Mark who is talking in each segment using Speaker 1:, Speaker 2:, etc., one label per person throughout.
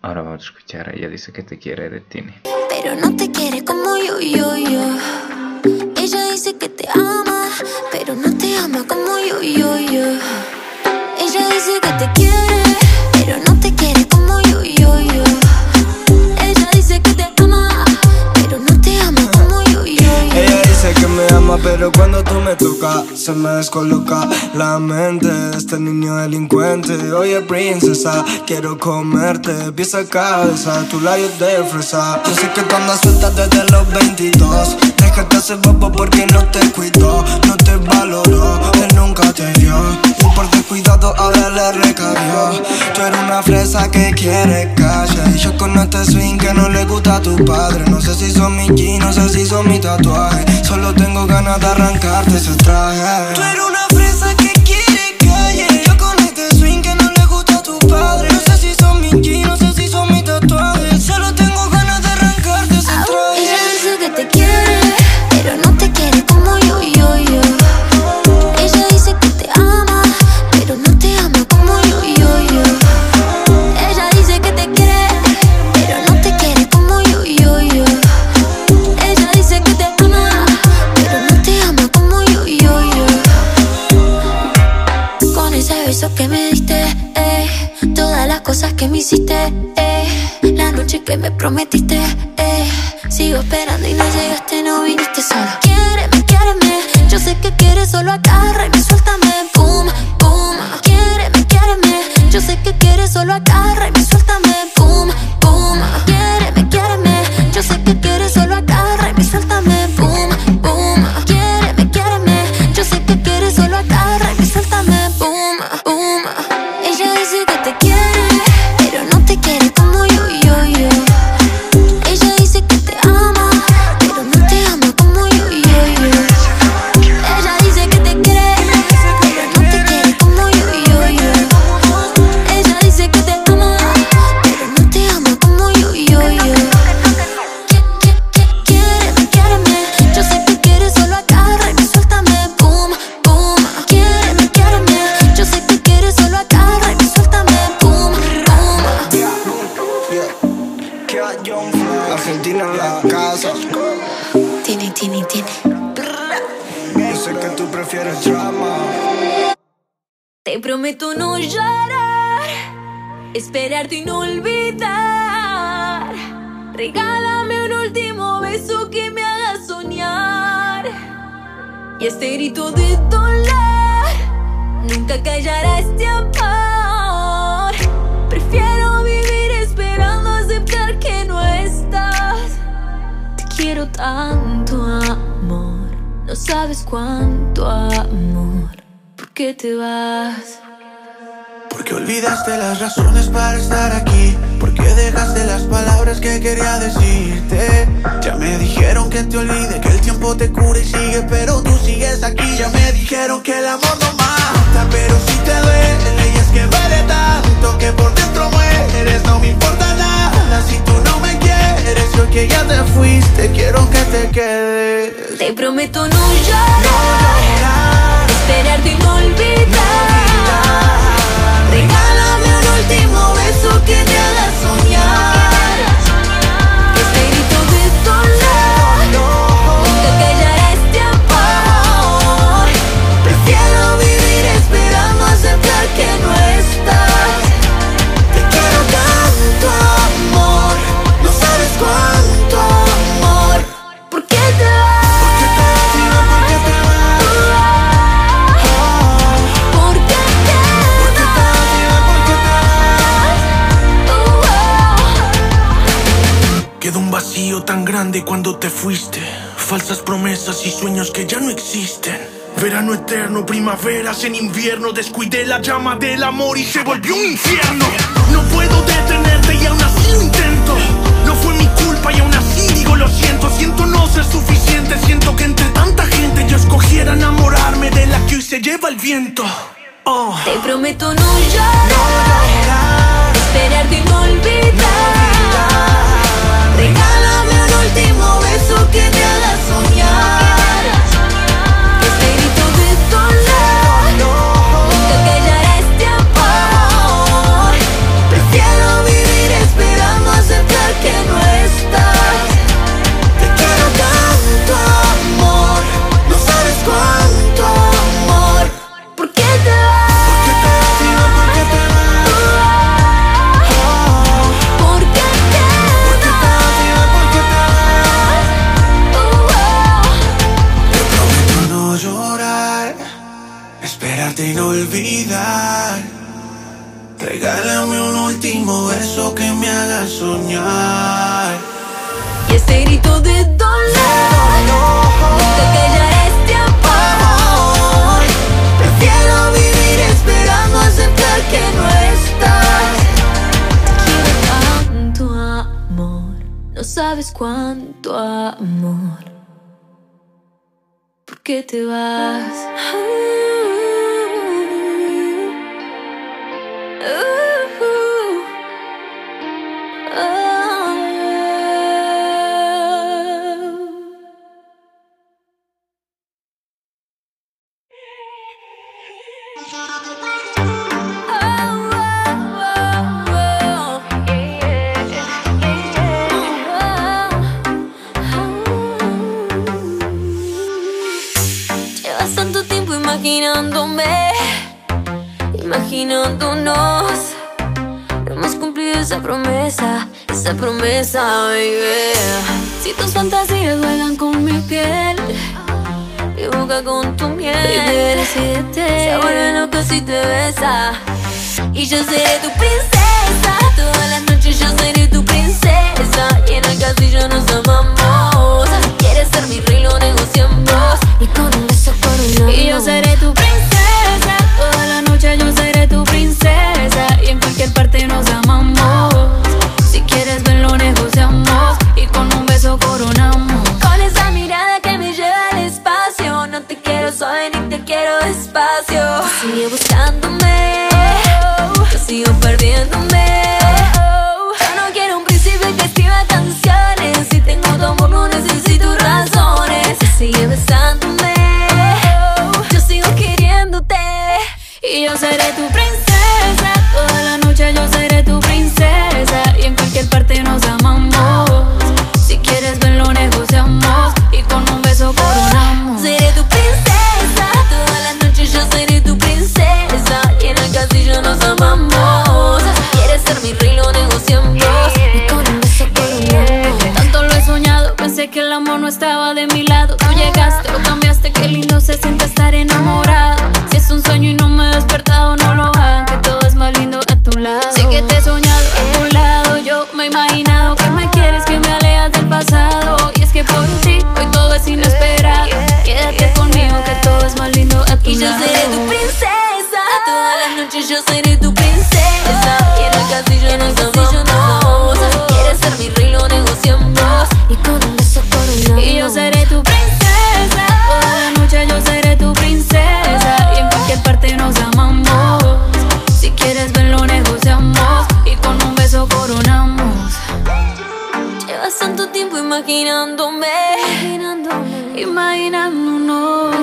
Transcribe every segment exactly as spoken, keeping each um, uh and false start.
Speaker 1: Ahora vamos a escuchar, ella dice que te quiere de Tini.
Speaker 2: Pero no te quiere como yo, yo, yo. Ella dice que te ama, pero no te ama como yo, yo, yo. Ella dice que te quiere, pero no te quiere como yo, yo, yo. Ella dice que te ama, pero no te ama como yo, yo, yo.
Speaker 3: Ella dice que me ama, pero cuando tú me tocas se me descoloca la mente de este niño delincuente. Oye princesa, quiero comerte pieza a cabeza, tu labios de fresa. Yo sé que tú andas suelta desde los veintidós. Déjate hacer bobo porque no te cuidó, no te valoró, él nunca te vio. Y por descuidado ahora le recabió. Tú eres una fresa que quiere calle, y yo con este swing que no le gusta a tu padre. No sé si son mis jeans, no sé si son mis tatuajes. Solo tengo ganas de arrancarte ese traje. Tú eres una fresa que quiere calle, yo con este swing que no le gusta a tu padre. No sé si son mis jeans, no sé si son mis tatuajes. Solo tengo ganas de arrancarte ese traje.
Speaker 2: Ella dice que te quiere, pero no te quiere como yo, yo, yo. Ella dice que te ama, pero no te ama como yo, yo, yo. Ella dice que te quiere, pero no te quiere como yo, yo, yo. Ella dice que te ama, pero no te ama como yo, yo, yo. Con ese beso que me diste, eh, todas las cosas que me hiciste, eh, la noche que me prometiste, eh, sigo esperando y no llegaste, no viniste solo. Quiéreme, quiéreme, yo sé que quieres, solo agárrame, suéltame, boom, boom. Quiéreme, quiéreme, yo sé que quieres, solo agárrame, suéltame, boom, boom. Quiéreme, quiéreme, yo sé que quieres, solo agárrame, suéltame, boom, boom. Quiéreme, quiéreme, yo sé que quieres, solo agárrame, suéltame, boom, boom. Ella dice que te quiere, pero no te quiere como yo, yo, yo. Ella dice que te ama, pero no te ama como yo, yo, yo. Ella dice que te quiere, pero no te quiere como yo, yo, yo. Ella dice que te ama, pero no te ama como yo, yo, yo. Quiéreme, quiéreme, yo sé que quieres, solo agárrame, suéltame, boom, boom. Quiéreme, quiéreme, yo sé que quieres, solo agárrame, suéltame, boom, boom.
Speaker 3: Argentina en la casa.
Speaker 2: Tiene, tiene, tiene.
Speaker 3: Yo sé que tú prefieres drama.
Speaker 2: Te prometo no llorar, esperarte y no olvidar. Regálame un último beso que me haga soñar. Y este grito de dolor nunca callará este amor. Prefiero vivir esperando aceptar que no estás. Te quiero tanto, amor, no sabes cuánto amor. ¿Por qué te vas?
Speaker 4: Porque olvidaste las razones para estar aquí. Porque dejaste las palabras que quería decirte. Ya me dijeron que te olvide, que el tiempo te cura y sigue, pero tú sigues aquí. Ya me dijeron que el amor no mata, pero si te duele, y es que duele tanto que por dentro mueres. No me importa nada si tú no me quieres. Yo que ya te fuiste, quiero que te quedes.
Speaker 2: Te prometo no llorar,
Speaker 4: No llorar,
Speaker 2: esperarte y no olvidar. Regálame un último beso que te haga soñar. Este grito de dolor nunca callará este amor. Prefiero vivir esperando aceptar que no estás.
Speaker 4: te quiero tanto, amor. No sabes cuánto amor.
Speaker 2: ¿Por qué te vas?
Speaker 4: ¿Por qué te vas, digo, por qué te vas?
Speaker 2: ¿Por qué te
Speaker 4: ¿Por qué te vas, digo, por qué te vas? Quedó un vacío tan grande cuando te fuiste. Falsas promesas y sueños que ya no existen. Verano eterno, primaveras en invierno. Descuidé la llama del amor y se volvió un infierno. No puedo detenerte y aún así lo intento. No fue mi culpa y aún así digo lo siento. Siento no ser suficiente. Siento que entre tanta gente yo escogiera enamorarme de la que hoy se lleva el viento. Oh.
Speaker 2: Te prometo no llorar, esperarte y no olvidar. Regálame un último beso que te haga soñar. Este grito de dolor nunca callará este amor.
Speaker 4: último verso que me haga soñar.
Speaker 2: Y ese grito de dolor nunca callar este amor. Prefiero vivir esperando aceptar que no estás. Quiero tanto amor, no sabes cuánto amor. ¿Por qué te vas? Llevas tanto tiempo imaginándome, imaginándonos. No hemos cumplido esa promesa, esa promesa, baby. Si tus fantasías juegan con mi piel, mi boca con tu miel, baby, decídete. Se vuelve loco si te besa. Y yo seré tu princesa, todas las noches yo seré tu princesa. Y en el castillo nos amamos. Quieres ser mi rey, lo negociamos. Y con un beso coronamos. Y yo seré tu princesa, toda la noche yo seré tu princesa. Y en cualquier parte nos amamos. Si quieres ven, lo negociamos. Y con un beso coronamos. Con esa mirada que me lleva al espacio. No te quiero suave ni te quiero despacio. Sigue buscándome, yo sigo perdiéndome. Yo no quiero un príncipe que escriba canciones. Si tengo tu amor no necesito razones. Sigue besándome, yo sigo queriéndote. Y yo seré tu princesa, toda la noche yo seré tu princesa. Y en cualquier parte nos amamos. Si quieres ven, lo negociamos. Y con un beso coronamos. Seré tu princesa, todas las noches yo seré tu princesa. Y en el castillo nos amamos. Quieres ser mi rey, lo negociamos. Y con un beso coronamos. Tanto lo he soñado, pensé que el amor no estaba de mi lado. Tú llegaste, lo cambiaste, qué lindo se siente estar enamorado. Si es un sueño y no me he despertado, no lo hagan, que todo es más lindo a tu lado. Sé que te he soñado a tu lado, yo me he imaginado que me quieres, que me alejas del pasado. Y es que por ti hoy todo es inesperado. Quédate conmigo, que todo es más lindo a tu lado. Y yo seré tu princesa, todas las noches yo seré tu princesa. Y en el castillo nos amamos. Quieres ser mi rey, lo negociamos. Y con un beso coronamos. Y yo seré tu princesa, toda la noche yo seré tu princesa. Y en cualquier parte nos amamos. Si quieres ven, lo negociamos. Y con un beso coronamos. Llevas tanto tiempo imaginándome, imaginándome, imaginándonos.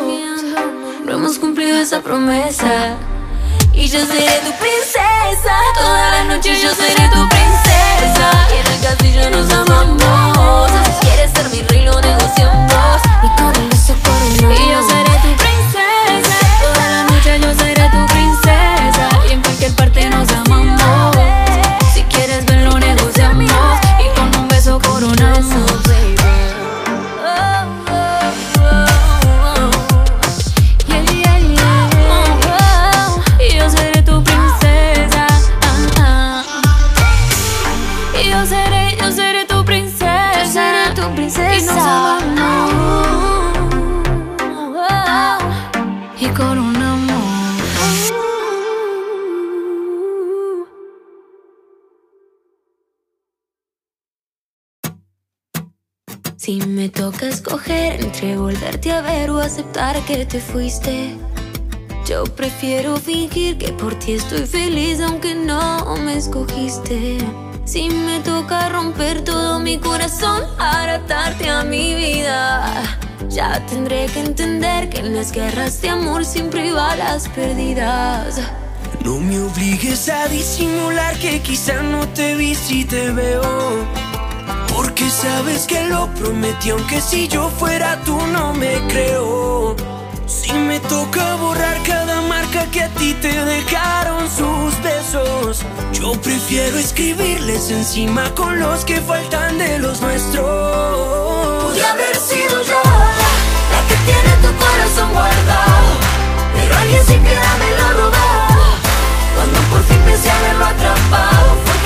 Speaker 2: No hemos cumplido esa promesa. Y yo seré tu princesa, toda la noche yo seré tu princesa. Y en el castillo nos amamos. Quieres ser mi rey, lo negociamos. Y con un beso coronamos. Y yo seré tu princesa, toda la noche yo seré tu princesa. Y en cualquier parte nos amamos. Si quieres ven, lo negociamos. Y con un beso coronamos. Y coronamos. Si me toca escoger entre volverte a ver o aceptar que te fuiste, yo prefiero fingir que por ti estoy feliz aunque no me escogiste. Si me toca romper todo mi corazón para atarte a mi vida, ya tendré que entender que en las guerras de amor siempre hay balas perdidas.
Speaker 3: No me obligues a disimular que quizá no te vi si te veo, porque sabes que lo prometí, aunque si yo fuera tú no me creo. Si me toca borrar cada marca que a ti te dejaron sus besos, yo prefiero escribirles encima con los que faltan de los nuestros.
Speaker 2: Pude haber sido yo la que tiene tu corazón guardado, pero alguien sin piedad me lo robó. Cuando por fin pensé haberlo atrapado, fue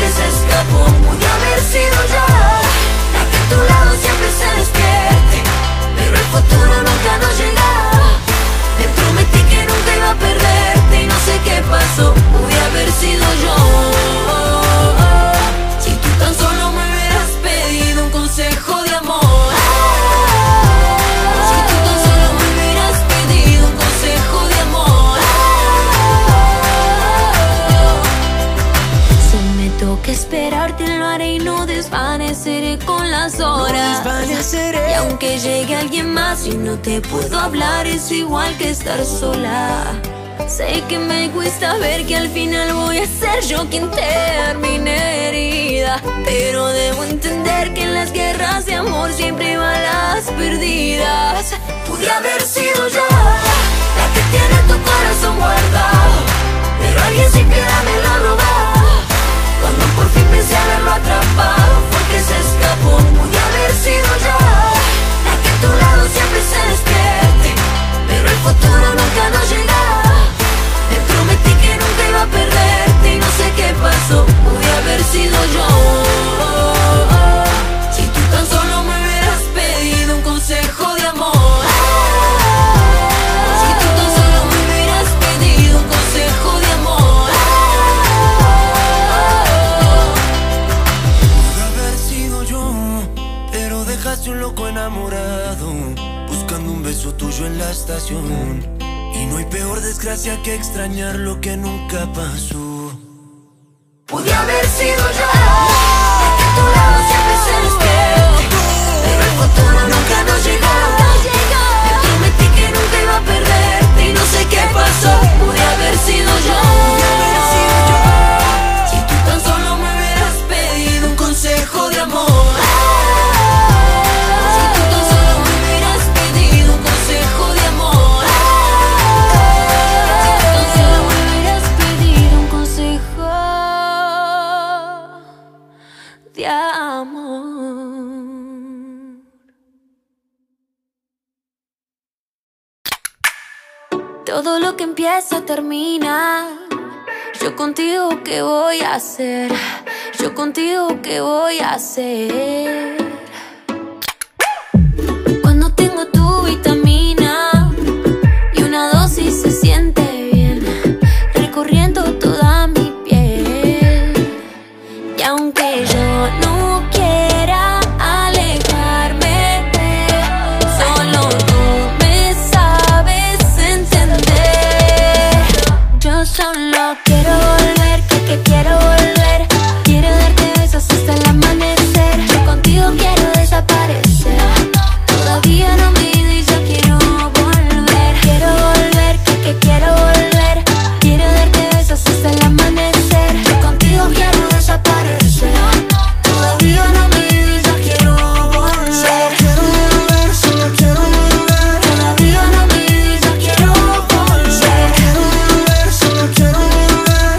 Speaker 2: esperarte lo haré y no desvaneceré con las horas.
Speaker 3: No desvaneceré.
Speaker 2: Y aunque llegue alguien más y no te puedo hablar, es igual que estar sola. Sé que me cuesta ver que al final voy a ser yo quien termine herida, pero debo entender que en las guerras de amor siempre van las perdidas. Pude haber sido yo la que tiene tu corazón guardado, pero alguien sin piedad me lo robó. Cuando por fin pensé haberlo atrapado, fue que se escapó. Pude haber sido yo la que a tu lado siempre se despierte, pero el futuro nunca nos llega. Te prometí que nunca iba a perderte y no sé qué pasó. Pude haber sido yo. Si tú tan solo me hubieras pedido un consejo de amor. Si tú tan solo me hubieras pedido un consejo de amor.
Speaker 3: Pude haber sido yo, pero dejaste un loco enamorado, buscando un beso tuyo en la estación. Y no hay peor desgracia que extrañar lo que nunca pasó.
Speaker 2: Pude haber sido yo la que a tu lado siempre se despierte, pero el futuro nunca nos llegó. Te prometí que nunca iba a perderte y no sé qué pasó. Pude haber sido yo. Si tú tan solo me hubieras pedido un consejo de amor. Si tú tan solo me hubieras pedido un consejo de amor. Si tú tan solo me hubieras pedido un consejo de amor. Todo lo que empieza termina. Yo contigo, ¿qué voy a hacer? Yo contigo, ¿qué voy a hacer? Cuando tengo tu vitamina y una dosis se siente bien, recorriendo toda mi piel. Y aunque yo no quiera alejarme, solo tú me sabes entender. Yo solo quiero volver, que, que quiero volver. Quiero darte besos hasta el amanecer. Yo contigo quiero desaparecer. Todavía no me he ido y ya quiero volver. Quiero volver, que, que quiero volver. Quiero darte besos hasta el amanecer. Yo contigo quiero desaparecer. Todavía no me he ido y ya quiero volver.
Speaker 3: Solo quiero volver, solo quiero volver.
Speaker 2: Todavía no me he ido y ya quiero volver.
Speaker 3: Solo quiero volver, solo quiero volver.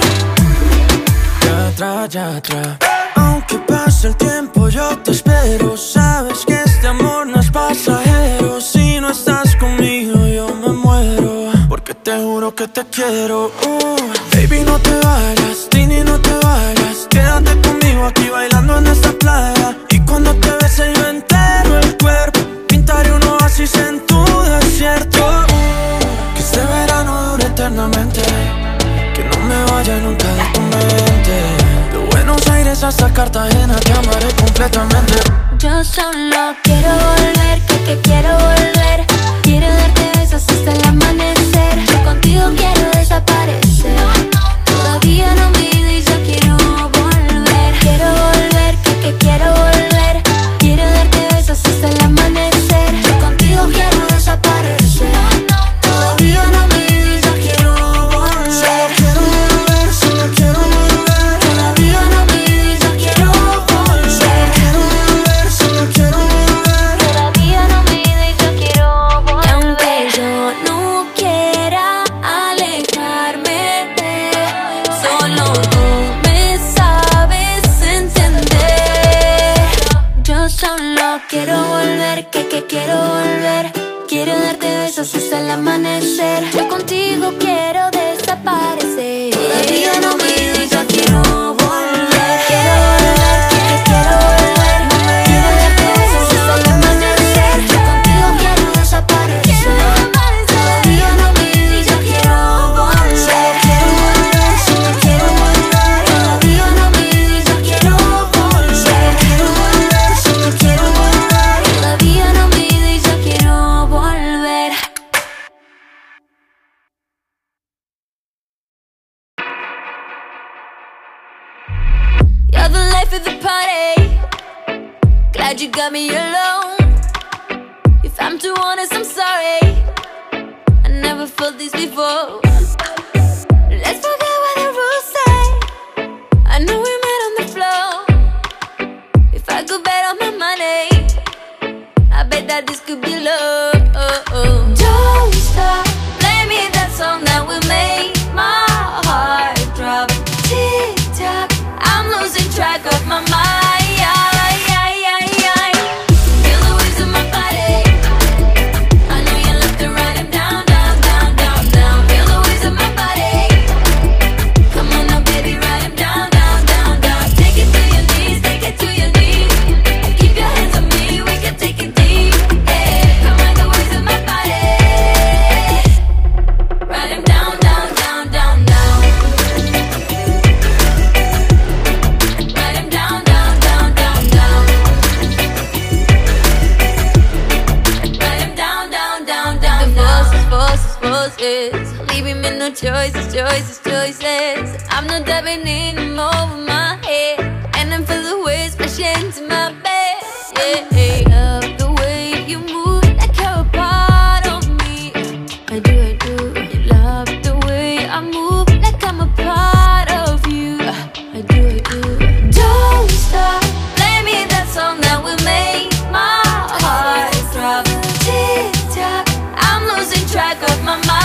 Speaker 3: Ya atrás, ya atrás. Aunque pase el tiempo yo te espero. Sabes que este amor no es pasajero. Si no estás conmigo yo me muero, porque te juro que te quiero. uh. Baby, no te vayas, Tini, no te vayas. Quédate conmigo aquí bailando en esta playa. Y cuando te bese yo entero el cuerpo, pintaré un oasis en tu desierto. Que este verano dure eternamente, que no me vaya nunca de tu mente. De Buenos Aires hasta Cartagena te amaré completamente.
Speaker 2: Yo solo quiero volver, que, que quiero volver. Quiero darte besos hasta el amanecer. Yo contigo quiero desaparecer. Todavía no me he ido y ya quiero volver. Quiero volver, que, que quiero volver. Quiero darte besos hasta el amanecer. Yo contigo quiero desaparecer. Todavía no me he ido y ya quiero volver.
Speaker 3: Solo quiero volver, solo quiero volver.
Speaker 2: Todavía no me he ido y ya quiero volver.
Speaker 3: Solo quiero volver, solo quiero volver.
Speaker 2: Todavía no me he ido y ya quiero volver. Y aunque yo no quiera alejarme, solo tú me sabes entender. Yo solo quiero volver, que, que quiero volver. Quiero darte besos hasta el amanecer. Yo contigo quiero desaparecer. Todavía no me he ido y ya quiero volver. Quiero volver, que, que quiero volver. Quiero darte besos hasta el amanecer. Yo contigo quiero desaparecer. Todavía no me he ido y ya quiero volver.
Speaker 3: Solo quiero volver, solo quiero volver.
Speaker 2: Todavía no me he ido y ya quiero volver.
Speaker 3: Solo quiero volver, solo quiero volver.
Speaker 2: Todavía no me he ido y ya quiero volver. Glad you got me alone. If I'm too honest, I'm sorry. I never felt this before. Let's forget what the rules say. I know we met on the floor. If I could bet on my money, I bet that this could be love. Don't stop, play me that song that we made my heart drop. Tick tock, I'm losing track of my mind. Feel the waves in my body. I know you love to ride 'em down, down, down, down, down. Feel the waves in my body. Come on now, baby, ride 'em down, down, down, down. Take it to your knees, take it to your knees. Keep your hands on me, we can take it deep. Yeah, come ride the waves in my body. Ride 'em down, down, down, down, down. Ride 'em down, down, down, down, down. Ride 'em down, down, down, down. The forces, forces, forces, leaving me no choices, choices, choices. I'm not diving in over my head, and I feel the waves crashing to my bed. Yeah, love the way you move like you're a part of me. I do, I do. Love the way I move like I'm a part of you. I do, I do. Don't stop, play me that song that we made my heart drop. Tick tock, I'm losing track of my mind.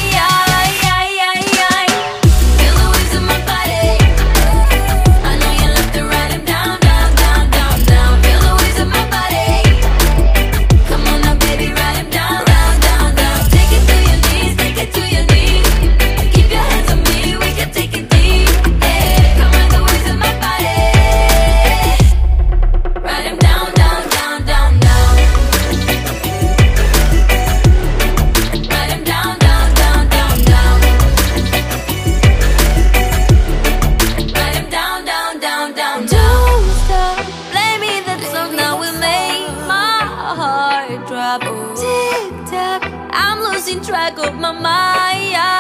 Speaker 2: Feel the waves in my body. I know you love to ride 'em down, down, down, down, down. Feel the waves in my body. Come on now, baby, ride 'em down, down, down, down. Take it to your knees, take it to your knees. Keep your hands on me, we can take it deep. Yeah, come ride the waves in my body. Ride 'em down, down, down, down, down. Ride 'em down, down, down, down, down. Ride 'em down, down, down, down. Don't stop, play me that song that we made my heart drop. Tick tock, I'm losing track of my mind.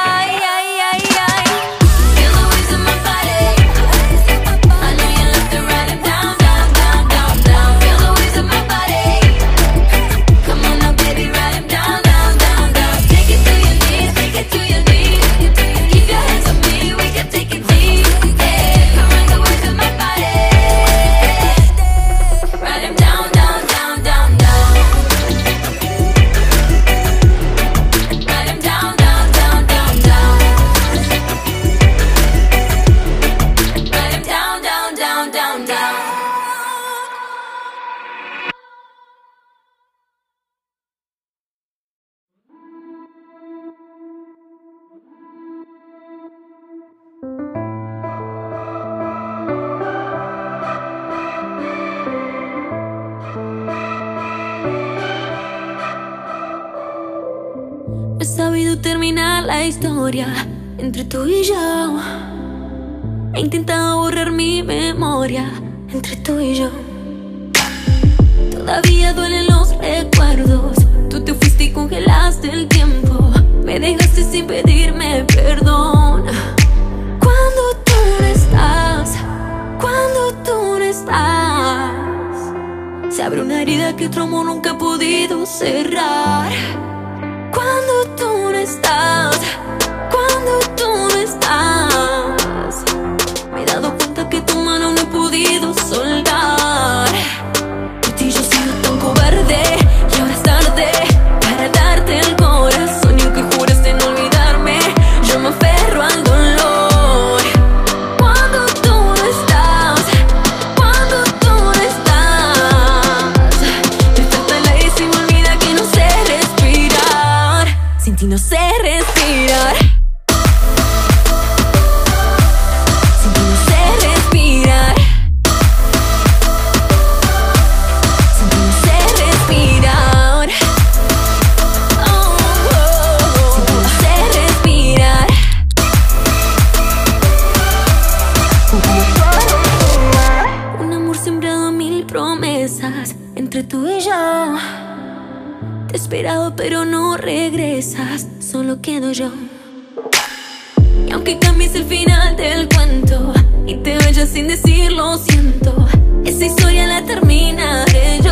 Speaker 2: Feel the waves in my body. I know you love to ride 'em down, down, down, down, down. Feel the waves in my body. Come on now, baby, ride 'em down, down, down, down. Take it to your knees, take it to your knees. Keep your hands on me, we can take it deep. Yeah, come ride the waves in my body. Ride 'em down, down, down, down, down. Ride 'em down, down, down, down, down. Ride 'em down, down, down, down, down. No he sabido terminar la historia entre tú y yo. He intentado borrar mi memoria entre tú y yo. Todavía duelen los recuerdos. Tú te fuiste y congelaste el tiempo. Me dejaste sin pedirme perdón. Cuando tú no estás, cuando tú no estás, se abre una herida que otro amor nunca ha podido cerrar. Cuando tú no estás, cuando tú no estás, me he dado cuenta que tu mano no he podido soltar. Por ti yo he sido tan cobarde y ahora es tarde para darte el corazón. Y aunque juraste no olvidarme, yo me aferro al dolor. Cuando tú no estás, cuando tú no estás, me falta el aire y se me olvida que no sé respirar. Sin ti no sé respirar. Sin ti no sé respirar. Sin ti no sé respirar. Oh, oh, oh. Sin ti no sé respirar. Un amor sembrado a mil promesas entre tú y yo. Te he esperado pero no regresas, solo quedo yo. Y aunque cambies el final del cuento y te vayas sin decir lo siento, esa historia la terminaré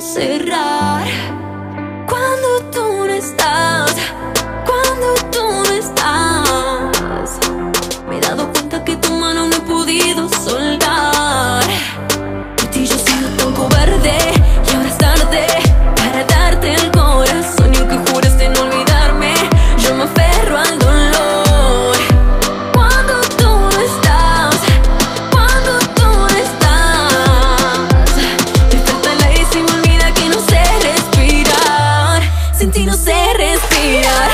Speaker 2: cerrar. Cuando tú no estás, cuando tú no estás, me he dado cuenta que tu mano no he podido soltar. Por ti yo he sido tan cobarde y ahora es tarde para darte el corazón. Y aunque juraste no olvidarme, yo me aferro al dolor. Cuando tú no estás, cuando tú no estás, me falta el aire y se me olvida que no sé respirar. Sin ti no sé respirar.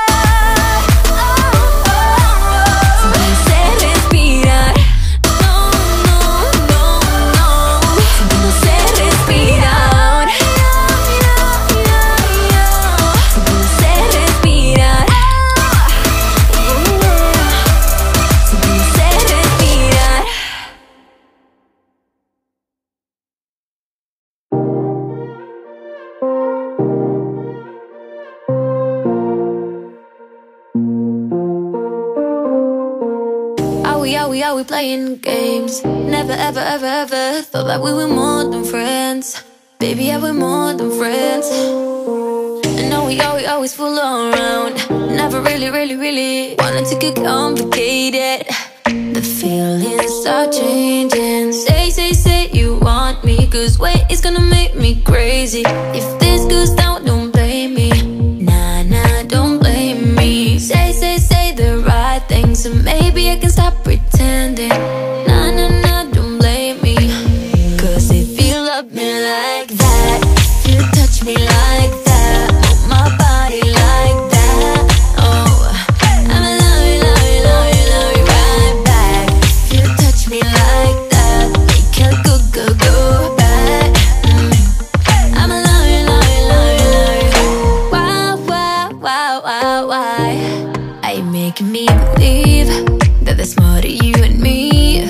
Speaker 2: We playing games. Never ever ever ever thought that we were more than friends. Baby, yeah, we're more than friends. And no, we always, always fool around. Never really, really, really wanted to get complicated. The feelings are changing. Say, say, say you want me, cause wait, it's gonna make me crazy. If this goes down, don't blame me. Nah, nah, don't blame me. Say, say, say the right things, so maybe I can stop pretending. Nah, nah, nah, don't blame me. Cause if you love me like that, if you touch me like that, move my body like that, oh, I'ma love you, love you, love you, love you right back. If you touch me like that, make it go, go, go back. mm. I'ma love you, love you, love you, love you. Why, why, why, why, why are you making me believe that there's more to you and me?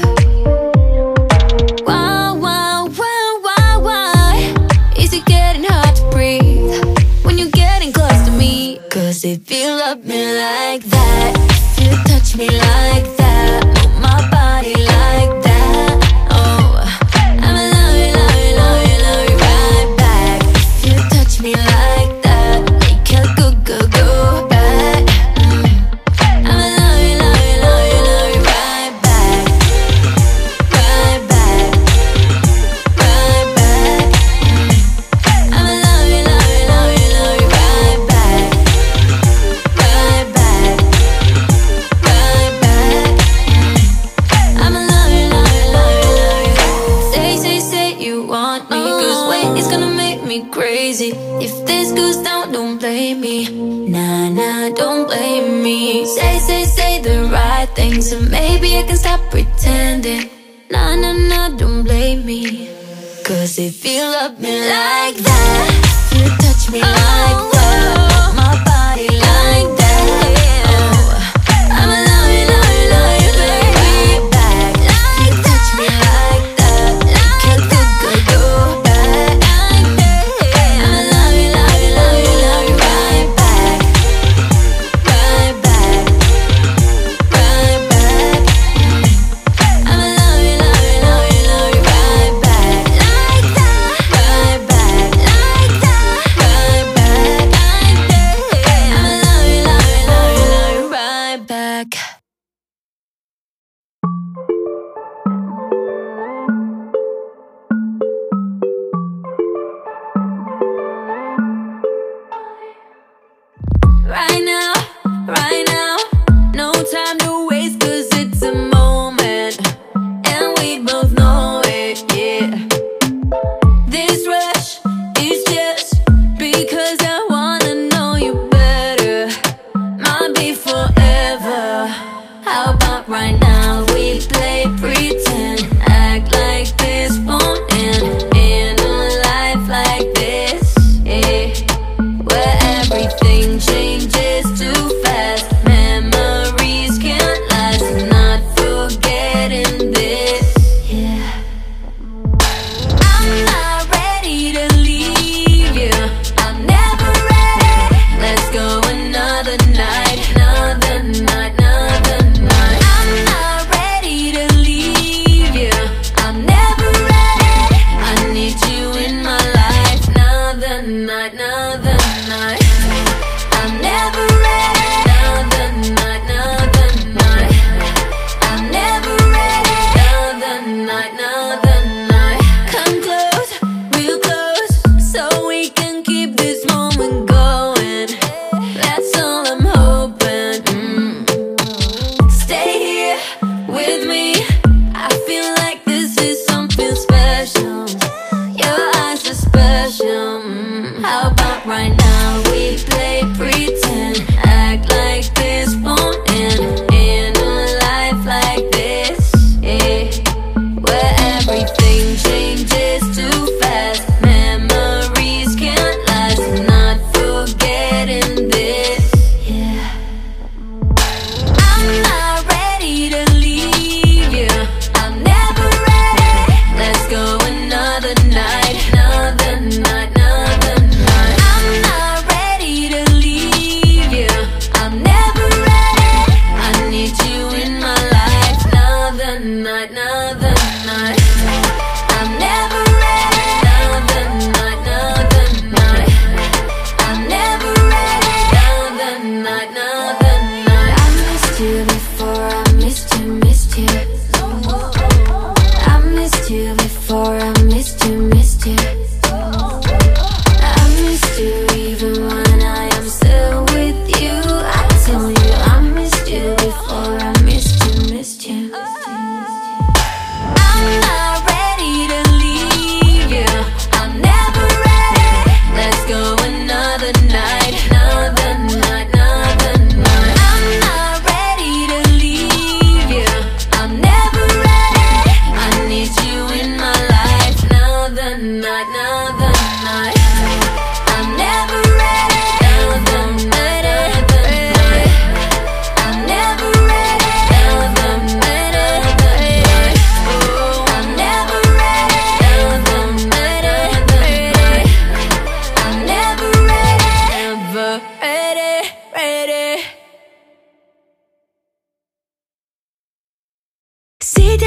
Speaker 2: Why, why, why, why, why is it getting hard to breathe when you're getting close to me? Cause if you love me like that, if you touch me like that, move my body like that, oh, I'ma love you, love you, love you, love you right back. If you touch me like that, make it go, go, go back. mm. I'ma love you, love you, love you, love you right back, right back, right back. mm. I'ma love you, love you, love you, love you right back, right back, right back. mm. I'ma love you, love you, love you, love you. Say, say, say you want me, cause wait, it's gonna make me crazy. If this goes down, don't blame me. Nah, nah, don't blame me. Say, say, say the right things, so maybe I can stop pretending. Nah, nah, nah, don't blame me. Cause if you love me like that, if you touch me like that, move my body like that, oh, I'ma love you, love you, love you, baby, back. If you touch me like that, make it go, go, go back. I'ma love you, love you, love you, love you right back, right back, right back. I'ma love you, love you, love you, love you right back, like that, right back, like that, right back.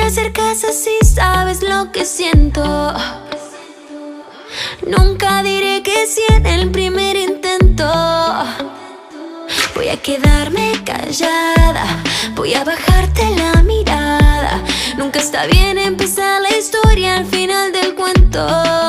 Speaker 2: acercas así, sabes lo que siento. Nunca diré que sí en el primer intento. Voy a quedarme callada, voy a bajarte la mirada. Nunca está bien empezar la historia al final del cuento.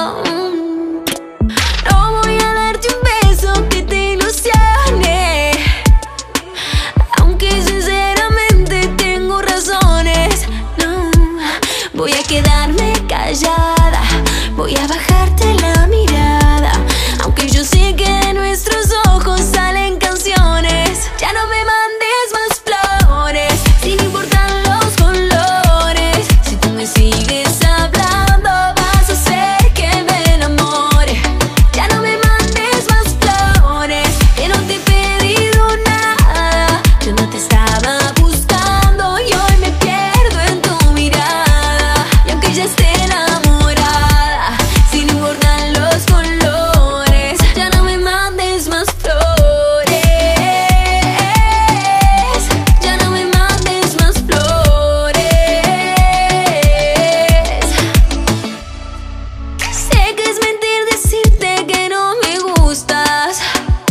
Speaker 2: No voy a darte un beso que te ilusione, aunque sinceramente tengo razones. No, voy a quedarme callada, voy a bajarte la mirada, aunque yo sé que de nuestros ojos salen canciones. Ya no me mandes más flores, sin importar los colores. Si tú me sigues hablando, vas a hacer que me enamore. Ya no me mandes más flores, que no te he pedido nada. Yo no te estaba buscando y hoy me pierdo en tu mirada. Y aunque ya esté enamorada, sin importar los colores, ya no me mandes más flores. Ya no me mandes más flores. Sé que es mentir decirte que no me gustas.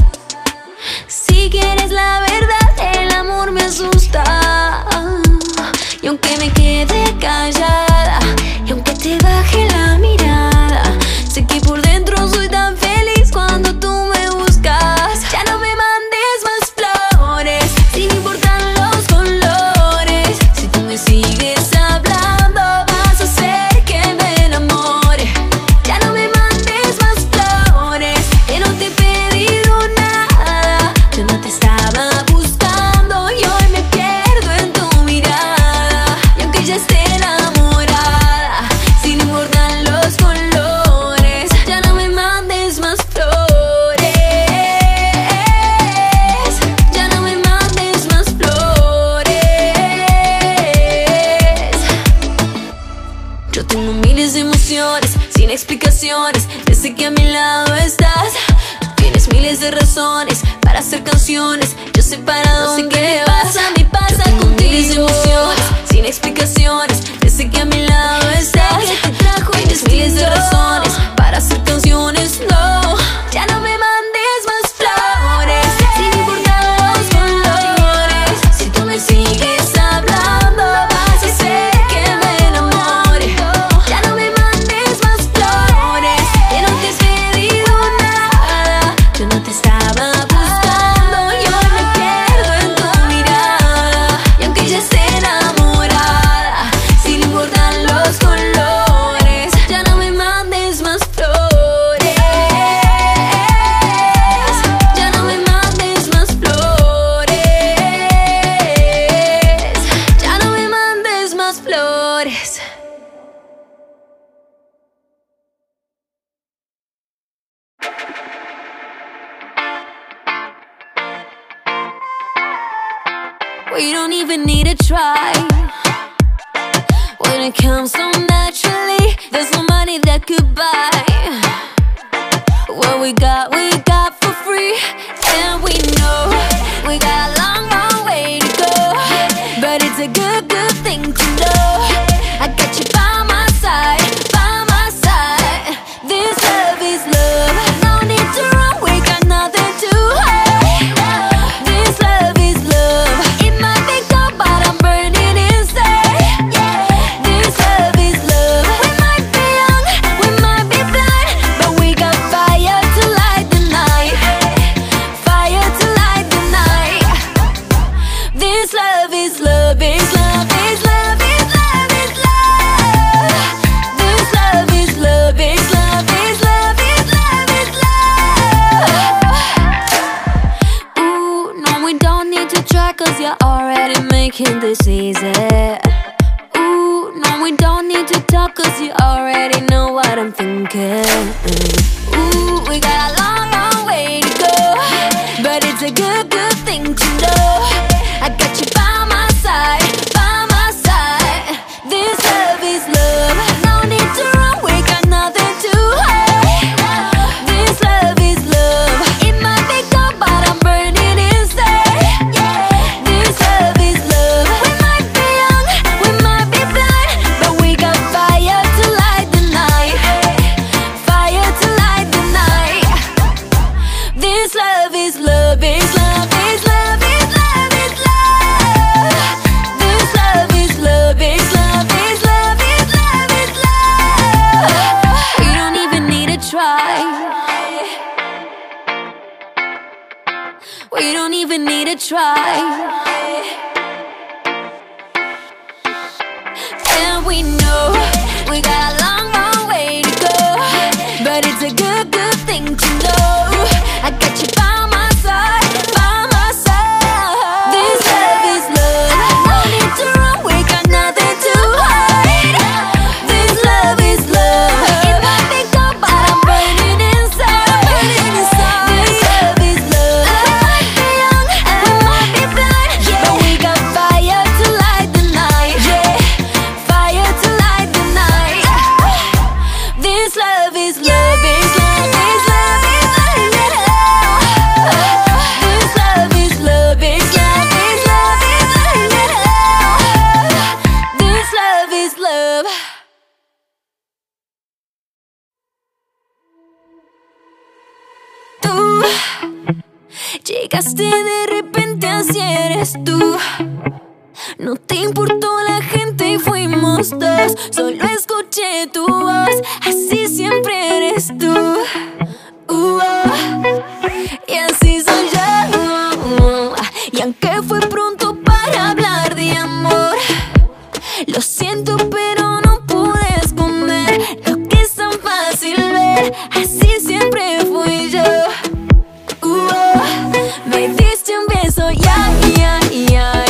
Speaker 2: Si quieres la verdad, el amor me asusta. Y aunque me quede callada, y aunque te baje la mirada, sé que por dentro soy tan feliz cuando tú me buscas. Ya no me mandes más flores, sin importar los colores. Si tú me sigues hablando, vas a hacer que me enamore. Ya no me mandes más flores, que no te he pedido nada. Yo no te estaba buscando y hoy me pierdo en tu mirada. Y aunque ya esté enamorada, sin importar los colores, ya no me mandes más flores. Ya no me mandes más flores. Yo tengo miles de emociones, sin explicaciones, desde que a mi lado estás. Tienes miles de razones para hacer canciones, yo sé para dónde vas. Me pasa contigo. Miles de emociones, sin explicaciones, desde que a mi lado estás. Tienes miles de razones para hacer canciones, no. Ya no me mandes más flores, sin importar los colores. Si tú me sigues hablando, vas a hacer que me enamore. Ya no me mandes más flores, que no te he pedido nada. Yo no te estaba buscando y hoy me pierdo en tu mirada. Y aunque ya esté enamorada, sin importar los colores, ya no me mandes más flores. Ya no me mandes más flores. Ya no me mandes más flores. We don't even need to try. When it comes so naturally, there's no money that could buy what we got, we got for free. And we know we got a long, long way to go, but it's a good, good thing to know. I got you by my side, by my side. This love is love, no need to run, we got nothing to hide. This love is love, it might be cold but I'm burning inside. This love is love, we might be young, we might be blind, but we got fire to light the night. Fire to light the night. This love is love, is love, is love, is love, is love. This love is love, is love, is love, is love, is love. Ooh, no, we don't need to try, cause you're already making this easy. Ooh, no, we don't need to talk, cause you already know what I'm thinking. Ooh, we got a long, long way to go, but it's a good, good thing to know. I got you by my side, by my side. This love is love, no need to run, we got nothing to hide. This love is love, it might be cold but I'm burning inside. This love is love, we might be young, we might be blind, love, is love, is love, is love, is love. This love is love, is love, is love, is love, is love. You don't even need to try. We don't even need to try. And we know we got a long, long way to go, but it's a good, good thing to know I got you by my side, by my side. This love is love, no need to run, we got nothing to hide. This love is love, it might be cold, but I'm burning inside, I'm burning inside. This love is love, we might be young, we might be blind, yeah, but we got fire to light the night, yeah, fire to light the night. This love is love, is love, is love, is love, yeah. This love is love, is love, is love, is love, yeah. This love is love. Tú llegaste de repente, así eres tú. No te importó la gente y fuimos dos. Solo escuché tu voz, así siempre eres tú. Uh, oh. Y así soy yo. Y aunque fue pronto para hablar de amor, lo siento pero no pude esconder lo que es tan fácil ver. Así siempre fui yo. Uh, oh. Me diste un beso, ya, ya, ya.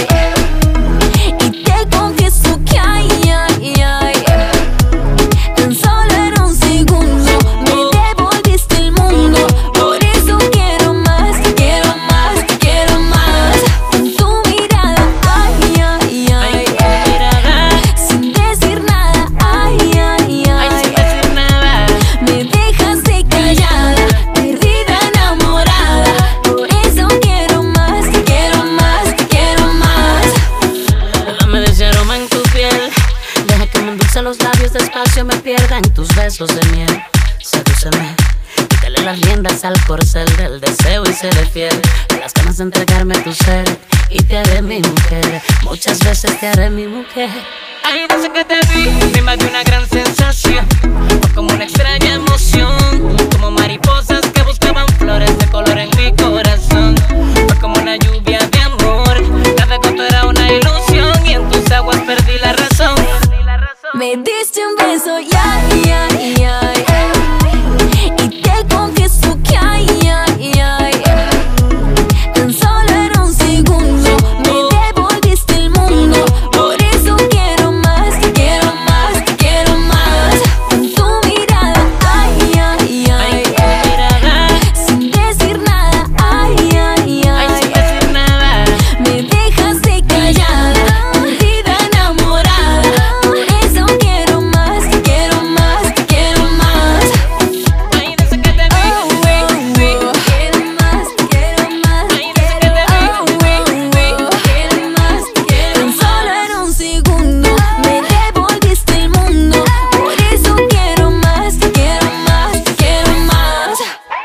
Speaker 5: Los labios despacio me pierda en tus besos de miel. Sedúceme, quítale las riendas al corcel del deseo y seré fiel a las ganas de entregarme tu ser. Y te haré mi mujer, muchas veces te haré mi mujer.
Speaker 6: Ay, desde que te vi, me invadió una gran sensación. Fue como una extraña emoción, como mariposas que buscaban flores de color en mi corazón. Fue como una lluvia de amor, cada goto era una ilusión y en tus aguas perdí la razón.
Speaker 2: Me diste un beso, ya, ya, ya, ya. Y te confieso que ay, ay, ay, tan solo era un segundo, me devolviste el mundo. Por eso quiero más, quiero más, quiero más. Con tu mirada, ay, ay, ay, ay. Sin decir nada, ay, ay, ay,
Speaker 6: sin decir nada.
Speaker 2: Me dejaste callada, perdida, enamorada. Por eso quiero más, quiero más, quiero más.
Speaker 6: Ay, desde que te vi,
Speaker 2: Oh, oh, oh. Quiero más, quiero más,
Speaker 6: Ay, desde que te vi,
Speaker 2: oh, oh, oh. Quiero más, quiero Tan solo era un segundo, me devolviste el mundo. Por eso quiero más, quiero más, quiero más.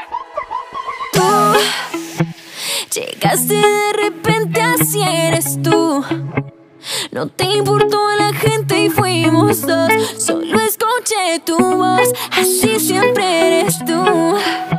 Speaker 2: Tú llegaste de repente, así eres tú. No te importó la gente y fuimos dos. Solo escuché tu voz, así siempre eres tú.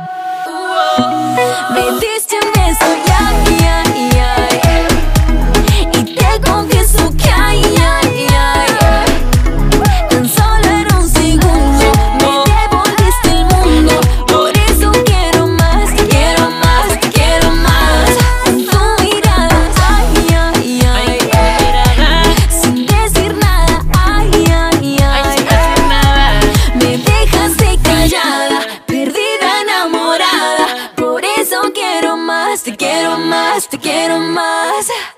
Speaker 2: Me diste un beso, ya, ya, ya, ya. Y te confieso que ay, ay, ay. Tan solo era un segundo, me devolviste el mundo. Por eso quiero más, quiero más, quiero más. Con tu mirada, ay, ay, ay, ay. Sin decir nada, ay, ay, ay,
Speaker 6: sin decir nada.
Speaker 2: Me dejaste callada, perdida, enamorada. Por eso quiero más, te quiero más, te quiero más.